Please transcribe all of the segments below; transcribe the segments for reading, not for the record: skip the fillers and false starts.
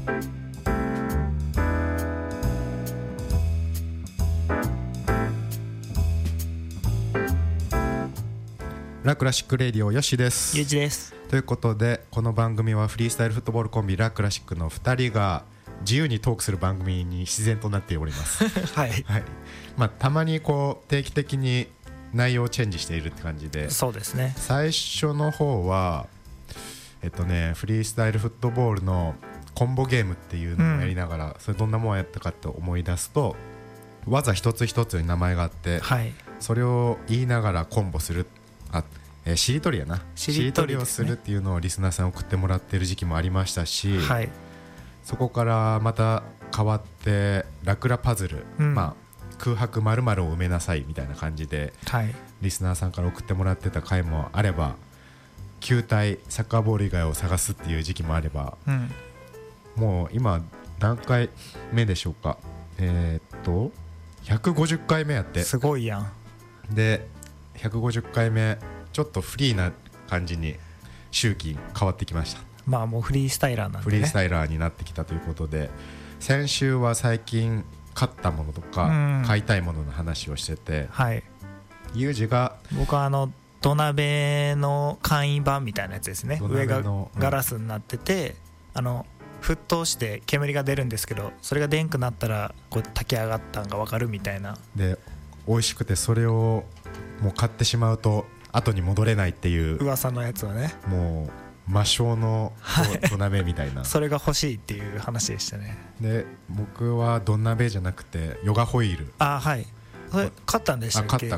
ラクラシックレディオよしです。 ゆうじです。 ということでこの番組はフリースタイルフットボールコンビラクラシックの2人が自由にトークする番組に自然となっておりますはい、はい、 たまにこう定期的に内容をチェンジしているって感じで、 そうですね。 最初の方はフリースタイルフットボールのコンボゲームっていうのをやりながら、それどんなもんやったかって思い出すと、技一つ一つに名前があって、 はい、 それを言いながらコンボする、しりとりやな、しりとりをするっていうのをリスナーさん送ってもらってる時期もありましたし、 はい、 そこからまた変わってラクラパズル、空白〇〇を埋めなさいみたいな感じで、 はい、 リスナーさんから送ってもらってた回もあれば、球体サッカーボール以外を探すっていう時期もあれば、もう今何回目でしょうか、150回目やって、 すごいやん。 で150回目ちょっとフリーな感じに周期変わってきました。 まあもうフリースタイラーなんでね、 フリースタイラーになってきたということで、先週は最近買ったものとか、買いたいものの話をしてて、 はい、 ユージが僕は土鍋の簡易版みたいなやつですね。上がガラスになってて、沸騰して煙が出るんですけど、それがでんくなったらこう炊き上がったんが分かるみたいなで、美味しくてそれをもう買ってしまうと後に戻れないっていう噂のやつをね、 もう魔性の土鍋みたいなそれが欲しいっていう話でしたね。 で、僕は土鍋じゃなくてヨガホイール、 はい、それ買ったんでしたっけ？ 買った。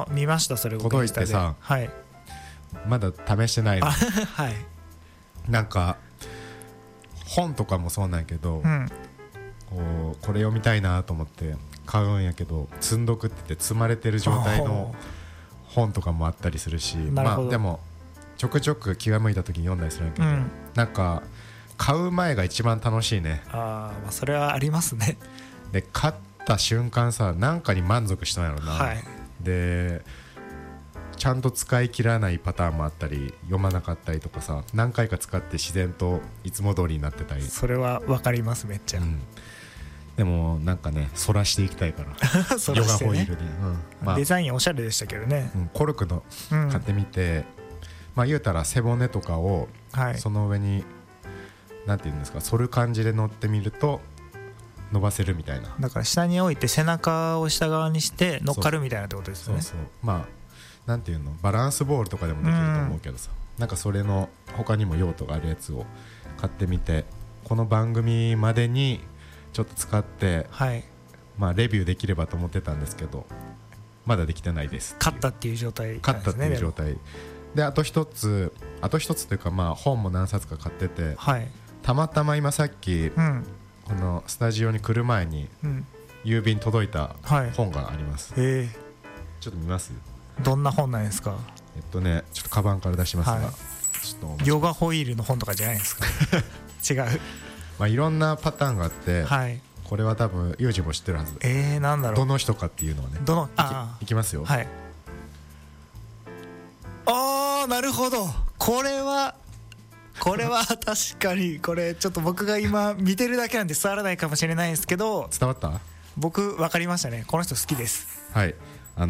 見ました。それ届いてさ、 はい、 まだ試してないのはい、 なんか本とかもそうなんやけど、これ読みたいなと思って買うんやけど、積んどくって言って積まれてる状態の本とかもあったりするし、でもちょくちょく気が向いた時に読んだりするんやけど、なんか買う前が一番楽しいね。 それはありますね。 で、買った瞬間さ、なんかに満足したんやろな、 はい、 でちゃんと使い切らないパターンもあったり、読まなかったりとかさ、何回か使って自然といつも通りになってたり、 それは分かります、めっちゃ、 でもなんかね、反らしていきたいからヨガホイールで、 デザインおしゃれでしたけどね、 コルクの買ってみて、言うたら背骨とかをその上になんていうんですか、反る感じで乗ってみると伸ばせるみたいな。 だから下に置いて背中を下側にして乗っかるみたいなってことですよね。 そうなんていうの、バランスボールとかでもできると思うけどさ、なんかそれの他にも用途があるやつを買ってみて、この番組までにちょっと使って、レビューできればと思ってたんですけど、まだできてないです。 買ったっていう状態なんですね。 買ったっていう状態で、あと一つというか、本も何冊か買ってて、たまたま今さっき、このスタジオに来る前に、郵便届いた本があります。ちょっと見ます？ どんな本なんですか？ ちょっとカバンから出しますが、 ちょっとヨガホイールの本とかじゃないですか？違う。 いろんなパターンがあって、これは多分ユージも知ってるはず。 なんだろう。 どの人かっていうのをね、いきますよ。 なるほど。これは確かに、これちょっと僕が今見てるだけなんで伝わらないかもしれないんですけど、 伝わった？ 僕分かりましたね。この人好きです。 はい、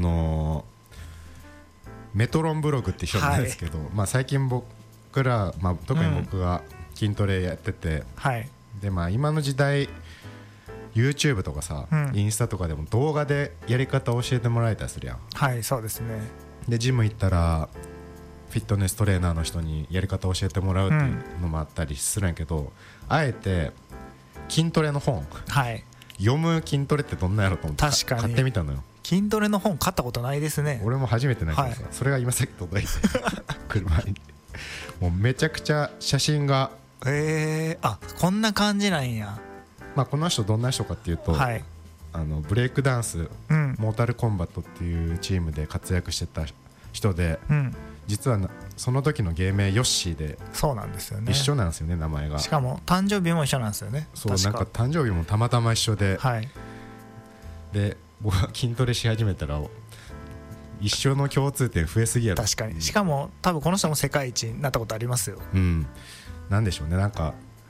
メトロンブログって人なんですけど、最近僕ら、特に僕が筋トレやってて、で今の時代 YouTube とかさ、インスタとかでも動画でやり方を教えてもらえたりするやん。 そうですね。 でジム行ったらフィットネストレーナーの人にやり方を教えてもらうっていうのもあったりするんやけど、あえて筋トレの本、読む筋トレってどんなやろと思って買ってみたのよ。 筋トレの本買ったことないですね。 俺も初めてなんやけどさ、それが今さっき届いて車にもうめちゃくちゃ写真が、 こんな感じなんや。 この人どんな人かっていうと、ブレイクダンス、モータルコンバットっていうチームで活躍してた人で、実はその時の芸名ヨッシーで、 そうなんですよね。 一緒なんですよね、名前が。 しかも誕生日も一緒なんですよね。 そう、なんか誕生日もたまたま一緒で、で僕は筋トレし始めたら一緒の共通点増えすぎやろ。 確かに。しかも多分この人も世界一になったことありますよ。 なんでしょうね、なんか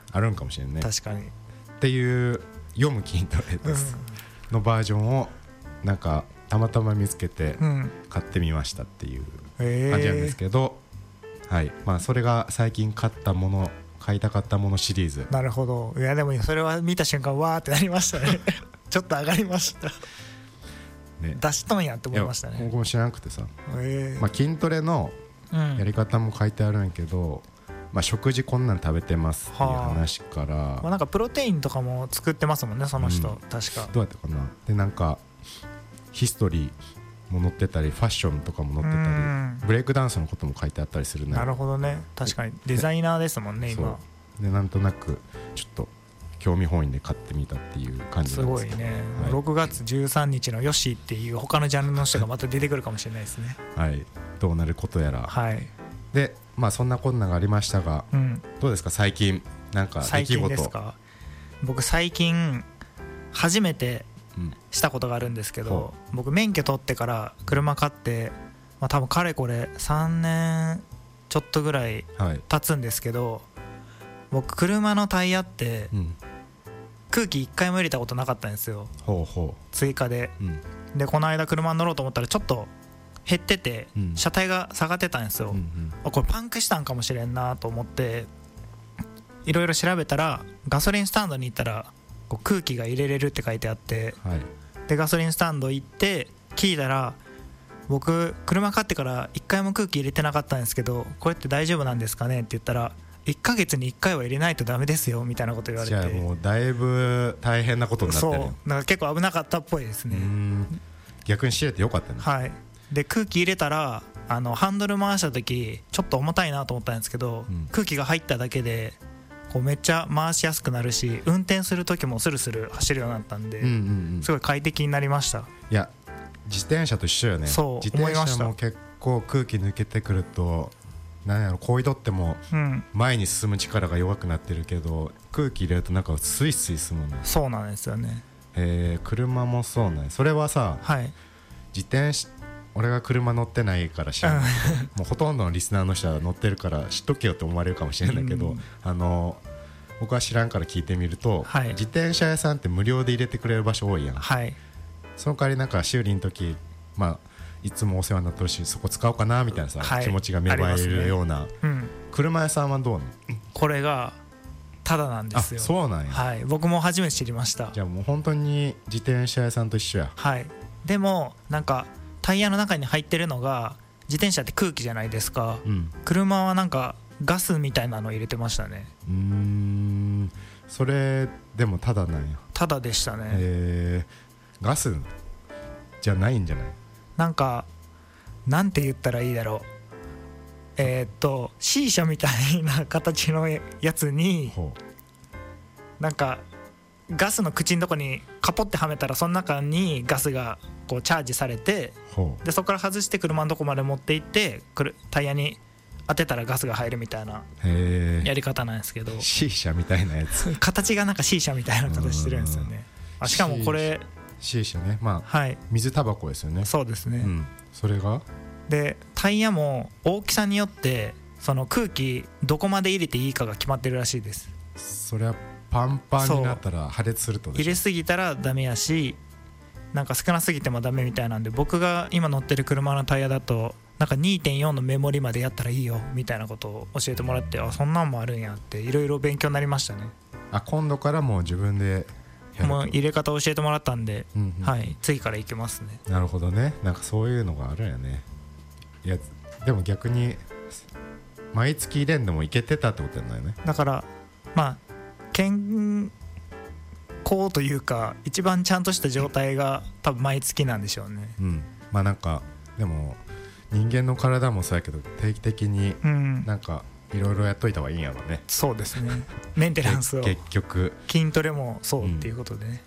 あるんかもしれんね。 確かにっていう読む筋トレです、のバージョンをなんかたまたま見つけて買ってみましたっていう感じなんですけど、はい、まあそれが最近買いたかったものシリーズ。 なるほど。いやでもそれは見た瞬間わーってなりましたねちょっと上がりましたね、出しとんやって思いましたね。 僕も知らなくてさ、まあ、筋トレのやり方も書いてあるんやけど、まあ、食事こんなん食べてますっていう話から、 まあ、なんかプロテインとかも作ってますもんねその人、確か。 どうやったかな。でなんかヒストリーも載ってたりファッションとかも載ってたりブレイクダンスのことも書いてあったりするね。 なるほどね。確かにデザイナーですもんね今でなんとなくちょっと興味本位で買ってみたっていう感じなんですけど、 すごいね、はい、6月13日のヨッシーっていう他のジャンルの人がまた出てくるかもしれないですねはい、どうなることやら。はいでまあそんなこんながありましたが、どうですか最近なんか出来事。 最近ですか。僕最近初めてしたことがあるんですけど、僕免許取ってから車買って、まあ、多分かれこれ3年ちょっとぐらい経つんですけど、僕車のタイヤって空気1回も入れたことなかったんですよ、追加で、でこの間車に乗ろうと思ったらちょっと減ってて車体が下がってたんですよ、これパンクしたんかもしれんなと思っていろいろ調べたら、ガソリンスタンドに行ったらこう空気が入れれるって書いてあって、でガソリンスタンド行って聞いたら、僕車買ってから1回も空気入れてなかったんですけどこれって大丈夫なんですかねって言ったら、1ヶ月に1回は入れないとダメですよみたいなこと言われて。 じゃあもうだいぶ大変なことになってる。 そうなんか結構危なかったっぽいですね。 逆に知れてよかったね。 はい。で空気入れたらハンドル回した時ちょっと重たいなと思ったんですけど、空気が入っただけでこうめっちゃ回しやすくなるし、運転する時もスルスル走るようになったんで、すごい快適になりました。 いや自転車と一緒よね。 そう自転車も結構空気抜けてくるとなんやろ、こいどっても前に進む力が弱くなってるけど、空気入れるとなんかスイスイ進むね。 そうなんですよね。 車もそうね。それはさ、自転車俺が車乗ってないから知らないけどもうほとんどのリスナーの人は乗ってるから知っとけよって思われるかもしれないけど、僕は知らんから聞いてみると、自転車屋さんって無料で入れてくれる場所多いやん、その代わりなんか修理の時、まあいつもお世話になってるしそこ使おうかなみたいなさ、気持ちが芽生えるような、車屋さんはどうなの？ これがただなんですよ。 そうなんや。 僕も初めて知りました。 じゃあもう本当に自転車屋さんと一緒や。 でもなんかタイヤの中に入ってるのが自転車って空気じゃないですか、車はなんかガスみたいなの入れてましたね。 それでもただなんや。 ただでしたね。 ガスじゃないんじゃない？ なんかなんて言ったらいいだろう、C 社みたいな形のやつになんかガスの口のとこにカポってはめたらその中にガスがこうチャージされて、でそこから外して車のとこまで持って行ってタイヤに当てたらガスが入るみたいなやり方なんですけど、 C 社みたいなやつ形がなんか C 社みたいな形してるんですよね。しかもこれ C 社ね、まあ、水タバコですよね。 そうですね、 それがでタイヤも大きさによってその空気どこまで入れていいかが決まってるらしいです。 それはパンパンになったら破裂するとでしょ。 入れすぎたらダメやし、なんか少なすぎてもダメみたいなんで、僕が今乗ってる車のタイヤだとなんか 2.4 のメモリまでやったらいいよみたいなことを教えてもらって、そんなんもあるんやっていろいろ勉強になりましたね。 今度からもう自分でやると。 もう入れ方を教えてもらったんで、次からいけますね。 なるほどね。なんかそういうのがあるんやね。いやでも逆に毎月入れんでもいけてたってことじゃないね。 だからまあ健康というか一番ちゃんとした状態が多分毎月なんでしょうね。 まあなんかでも人間の体もそうやけど定期的になんかいろいろやっといた方がいいんやろね。 そうですね。メンテナンスを結局筋トレもそうっていうことでね、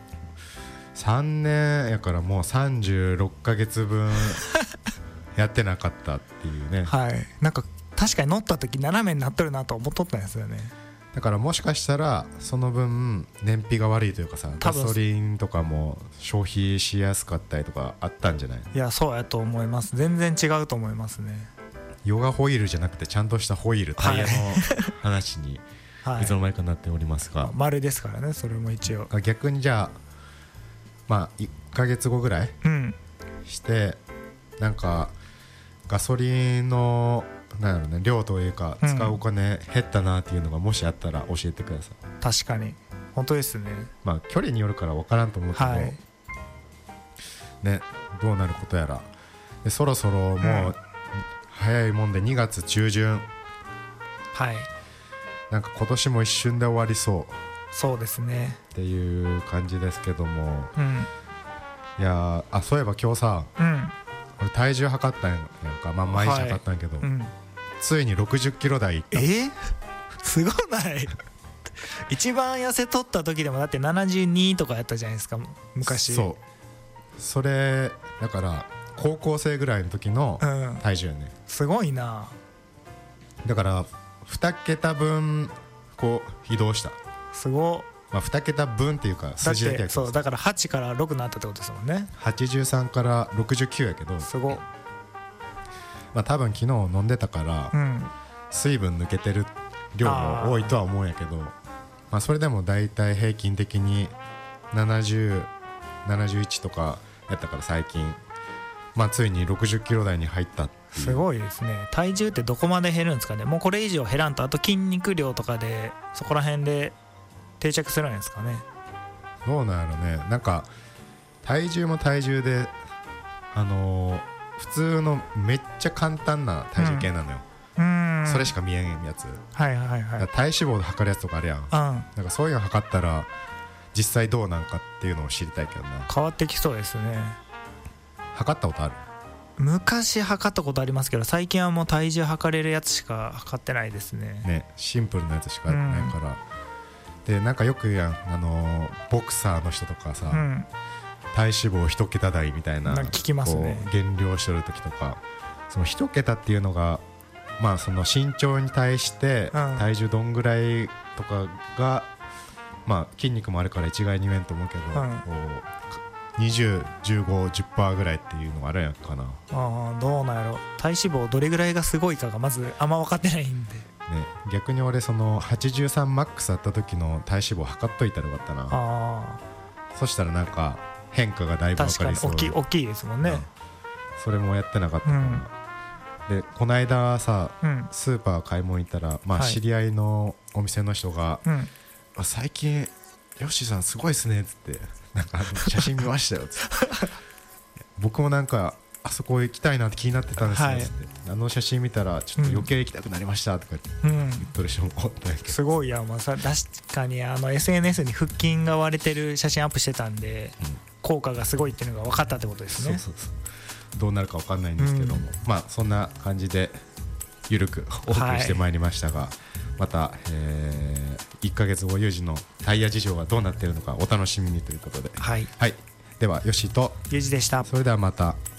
3年やからもう36ヶ月分やってなかったっていうね。 なんか確かに乗った時斜めになっとるなと思っとったんですよね。 だからもしかしたらその分燃費が悪いというかさ、ガソリンとかも消費しやすかったりとかあったんじゃない？ いやそうやと思います。全然違うと思いますね。 ヨガホイールじゃなくてちゃんとしたホイール、タイヤの話にいつの間にかなっておりますが、 丸ですからね、それも一応。 逆にじゃあまあ1ヶ月後ぐらいして、なんかガソリンのなんだろうね、量というか使うお金減ったなっていうのがもしあったら教えてください。 確かに本当ですね。 まあ距離によるから分からんと思うけど、ね、どうなることやら。でそろそろもう早いもんで2月中旬、なんか今年も一瞬で終わりそうですねっていう感じですけども、いやそういえば今日さ、俺体重測ったんやんか、まあ毎日測ったんやけど、ついに60キロ台いった。 すごない？一番痩せとった時でもだって72とかやったじゃないですか昔。 それだから高校生ぐらいの時の体重やね、 すごいな。 だから2桁分こう移動した。 すご。 まあ2桁分っていうか数字だけやけど、 そうだから8から6になったってことですもんね。 83から69やけど、 すご。 まあ多分昨日飲んでたから、水分抜けてる量も多いとは思うんやけど、まあそれでもだいたい平均的に70、71とかやったから最近、まあついに60キロ台に入ったっていう。 すごいですね。体重ってどこまで減るんですかね。もうこれ以上減らんと、あと筋肉量とかでそこら辺で定着するんですかね。 どうなんやろね。なんか体重も体重で普通のめっちゃ簡単な体重計なのよ、それしか見えんやつ、体脂肪で測るやつとかあるやん、なんかそういうの測ったら実際どうなんかっていうのを知りたいけどな。 変わってきそうですね。 測ったことある？ 昔測ったことありますけど、最近はもう体重測れるやつしか測ってないですね。 シンプルなやつしかやってないから、でなんかよく言うやん、ボクサーの人とかさ、体脂肪1桁台みたいな聞きますね。 減量してる時とか、その1桁っていうのがまあその身長に対して体重どんぐらいとかが、まあ筋肉もあるから一概に言えんと思うけど、こう20、15、10% ぐらいっていうのがあるやんかな。 どうなんやろ。体脂肪どれぐらいがすごいかがまずあんま分かってないんで、 逆に俺その83マックスあった時の体脂肪測っといたらよかったな。そしたらなんか変化がだいぶ分かりそう。 確かに大きいですもんね、 それもやってなかったから、でこの間さ、スーパー買い物行ったら、まあ知り合いのお店の人が、最近ヨッシーさんすごいっすねっつって、なんか写真見ましたよっつって僕もなんかあそこ行きたいなって気になってたんですよっつって、写真見たらちょっと余計行きたくなりましたとか言っとる人もおったんやけど、すごいやん。確かにSNS に腹筋が割れてる写真アップしてたんで、効果がすごいっていうのが分かったってことですね。 そうどうなるか分かんないんですけども、まあそんな感じでゆるくお送りしてまいりましたが、また、1ヶ月後ユージのタイヤ事情がどうなっているのかお楽しみにということで、ではヨッシーとユージでした。 それではまた。